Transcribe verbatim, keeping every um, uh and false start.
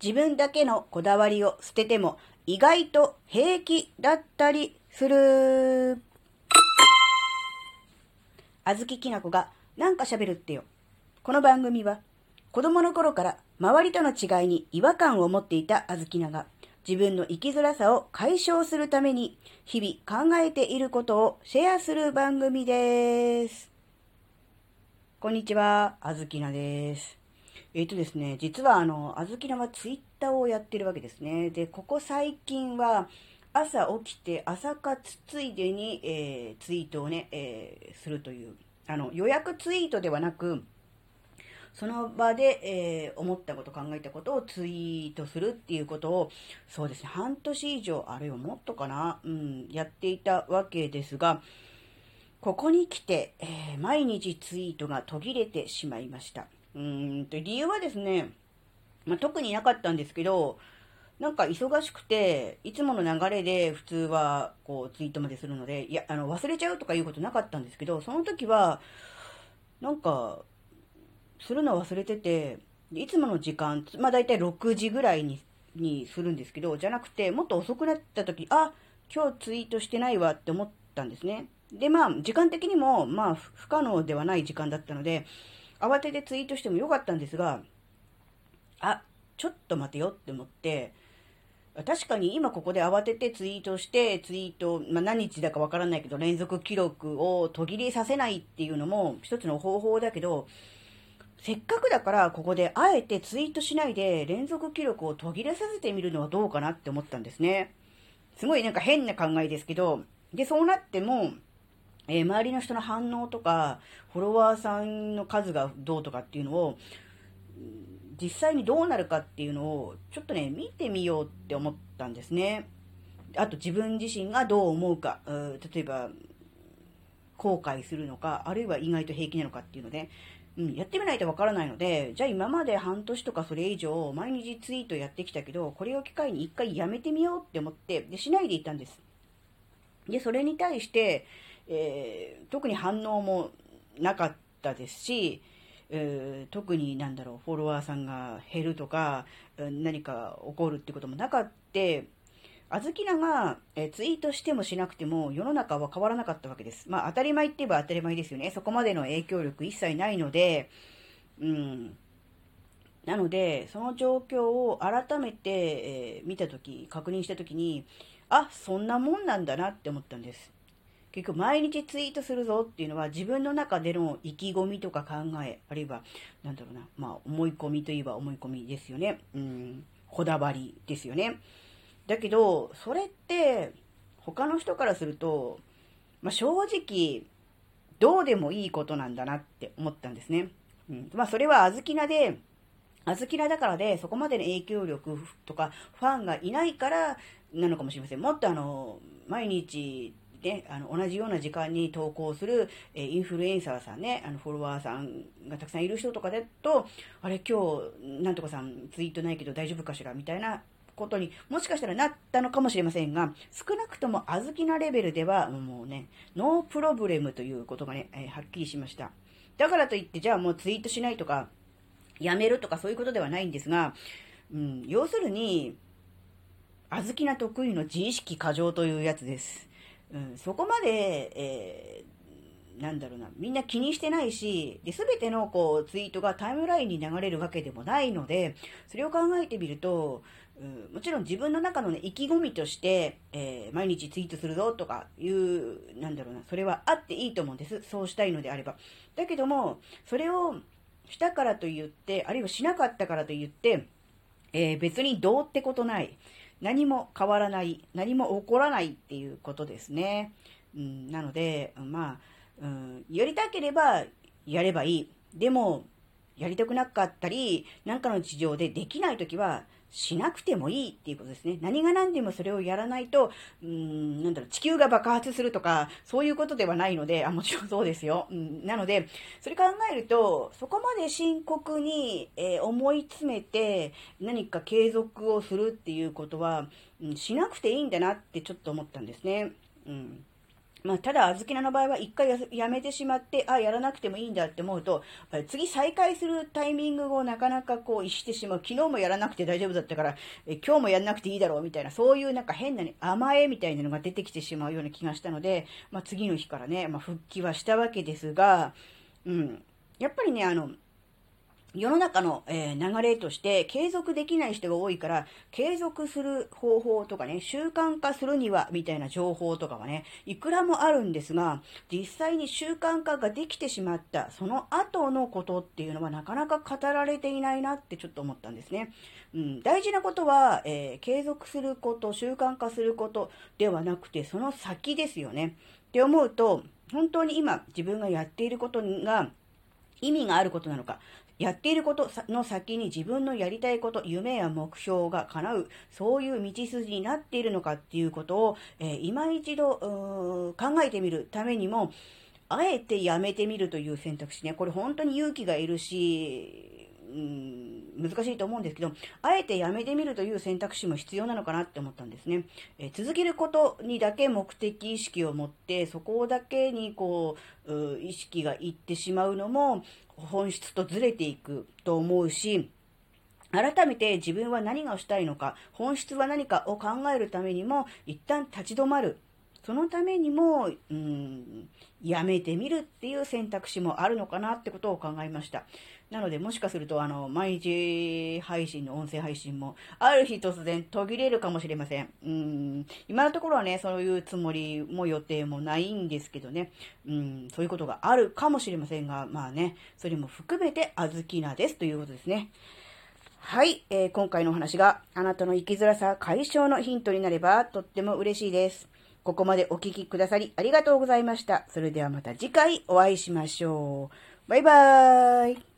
自分だけのこだわりを捨てても意外と平気だったりする。あずききなこがなんか喋るってよ。この番組は子供の頃から周りとの違いに違和感を持っていたあずきなが自分の生きづらさを解消するために日々考えていることをシェアする番組です。こんにちは、あずきなです。えっとですね、実はあの、あずきなはツイッターをやってるわけですね。で、ここ最近は朝起きて朝活ついでに、えーツイートをね、えーするという、あの、予約ツイートではなく、その場で、えー思ったこと、考えたことをツイートするっていうことを、そうですね、半年以上、あるいはもっとかな、うん、やっていたわけですが、ここに来て、えー毎日ツイートが途切れてしまいました。うーんと、理由はですね、まあ、特になかったんですけど、なんか忙しくて、いつもの流れで普通はこうツイートまでするので、いや、あの忘れちゃうとかいうことなかったんですけど、その時は、なんか、するの忘れてて、いつもの時間、まあ大体ろくじぐらいに、にするんですけど、じゃなくて、もっと遅くなった時、あ、今日ツイートしてないわって思ったんですね。で、まあ、時間的にも、まあ、不可能ではない時間だったので、慌ててツイートしてもよかったんですが、あ、ちょっと待てよって思って、確かに今ここで慌ててツイートして、ツイート、まあ、何日だかわからないけど、連続記録を途切れさせないっていうのも一つの方法だけど、せっかくだからここであえてツイートしないで連続記録を途切れさせてみるのはどうかなって思ったんですね。すごいなんか変な考えですけど、で、そうなっても、えー周りの人の反応とか、フォロワーさんの数がどうとかっていうのを、実際にどうなるかっていうのを、ちょっとね、見てみようって思ったんですね。あと自分自身がどう思うか、うー例えば、後悔するのか、あるいは意外と平気なのかっていうので、うん、やってみないとわからないので、じゃあ今まで半年とかそれ以上、毎日ツイートやってきたけど、これを機会に一回やめてみようって思って、で、しないでいたんです。で、それに対して、えー特に反応もなかったですし、えー特になんだろう、フォロワーさんが減るとか、うん何か起こるってこともなかった。あずきなが、えーツイートしてもしなくても世の中は変わらなかったわけです。まあ当たり前って言えば当たり前ですよね。そこまでの影響力一切ないので、うん。なので、その状況を改めて、えー見たとき、確認したときに、あ、そんなもんなんだなって思ったんです。結局毎日ツイートするぞっていうのは自分の中での意気込みとか考え、あるいは、なんだろうな、まあ思い込みといえば思い込みですよね。うん、こだわりですよね。だけど、それって、他の人からすると、まあ正直、どうでもいいことなんだなって思ったんですね。うん、まあそれはあずきなで、あずきらだからで、そこまでの影響力とか、ファンがいないからなのかもしれません。もっとあの、毎日、ね、あの同じような時間に投稿する、えーインフルエンサーさんね、あのフォロワーさんがたくさんいる人とかだと、あれ今日、なんとかさんツイートないけど大丈夫かしらみたいなことにもしかしたらなったのかもしれませんが、少なくともあずきなレベルではもうね、ノープロブレムということがね、えーはっきりしました。だからといって、じゃあもうツイートしないとか、やめるとかそういうことではないんですが、うん、要するに、小豆な得意の自意識過剰というやつです。うん、そこまで、えーなんだろうな、みんな気にしてないし、で、すべてのこう、ツイートがタイムラインに流れるわけでもないので、それを考えてみると、うん、もちろん自分の中のね、意気込みとして、えー毎日ツイートするぞとかいう、なんだろうな、それはあっていいと思うんです。そうしたいのであれば。だけども、それをしたからと言って、あるいはしなかったからと言って、えー別にどうってことない。何も変わらない。何も起こらないっていうことですね。うん、なので、まあ、うん、やりたければやればいい。でも、やりたくなかったり、何かの事情でできないときは、しなくてもいいっていうことですね。何が何でもそれをやらないと、うーん、なんだろう、地球が爆発するとか、そういうことではないので、あ、もちろんそうですよ。うん、なので、それ考えると、そこまで深刻に、えー思い詰めて、何か継続をするっていうことは、うん、しなくていいんだなってちょっと思ったんですね。うん。 まあ、ただ、あずきなの場合は一回ややめてしまって、あ、やらなくてもいいんだって思うと、次再開するタイミングをなかなかこう、逸してしまう。昨日もやらなくて大丈夫だったから、え今日もやらなくていいだろうみたいな、そういうなんか変なね、甘えみたいなのが出てきてしまうような気がしたので、まあ、次の日からね、まあ、復帰はしたわけですが、うん。やっぱりね、あの、世の中の、えー流れとして継続できない人が多いから、継続する方法とかね、習慣化するには、みたいな情報とかはね、いくらもあるんですが、実際に習慣化ができてしまった、その後のことっていうのはなかなか語られていないなってちょっと思ったんですね。うん、大事なことは、えー継続すること、習慣化することではなくて、その先ですよね。って思うと、本当に今自分がやっていることが、意味があることなのか、やっていることの先に自分のやりたいこと、夢や目標が叶う、そういう道筋になっているのかっていうことを、えー今一度うー考えてみるためにも、あえてやめてみるという選択肢ね、これ本当に勇気がいるし、うん、難しいと思うんですけど、あえてやめてみるという選択肢も必要なのかなって思ったんですね。えー続けることにだけ目的意識を持って、そこだけにこう、う意識がいってしまうのも、本質とずれていくと思うし、改めて自分は何がしたいのか、本質は何かを考えるためにも、一旦立ち止まる。そのためにも、うん、やめてみるっていう選択肢もあるのかなってことを考えました。なので、もしかすると、あの、毎日配信の音声配信も、ある日突然途切れるかもしれません。うん、今のところはね、そういうつもりも予定もないんですけどね、うん、そういうことがあるかもしれませんが、まあね、それも含めて、あずきなですということですね。はい、えー今回のお話があなたの生きづらさ解消のヒントになればとっても嬉しいです。ここまでお聞きくださりありがとうございました。それではまた次回お会いしましょう。バイバーイ。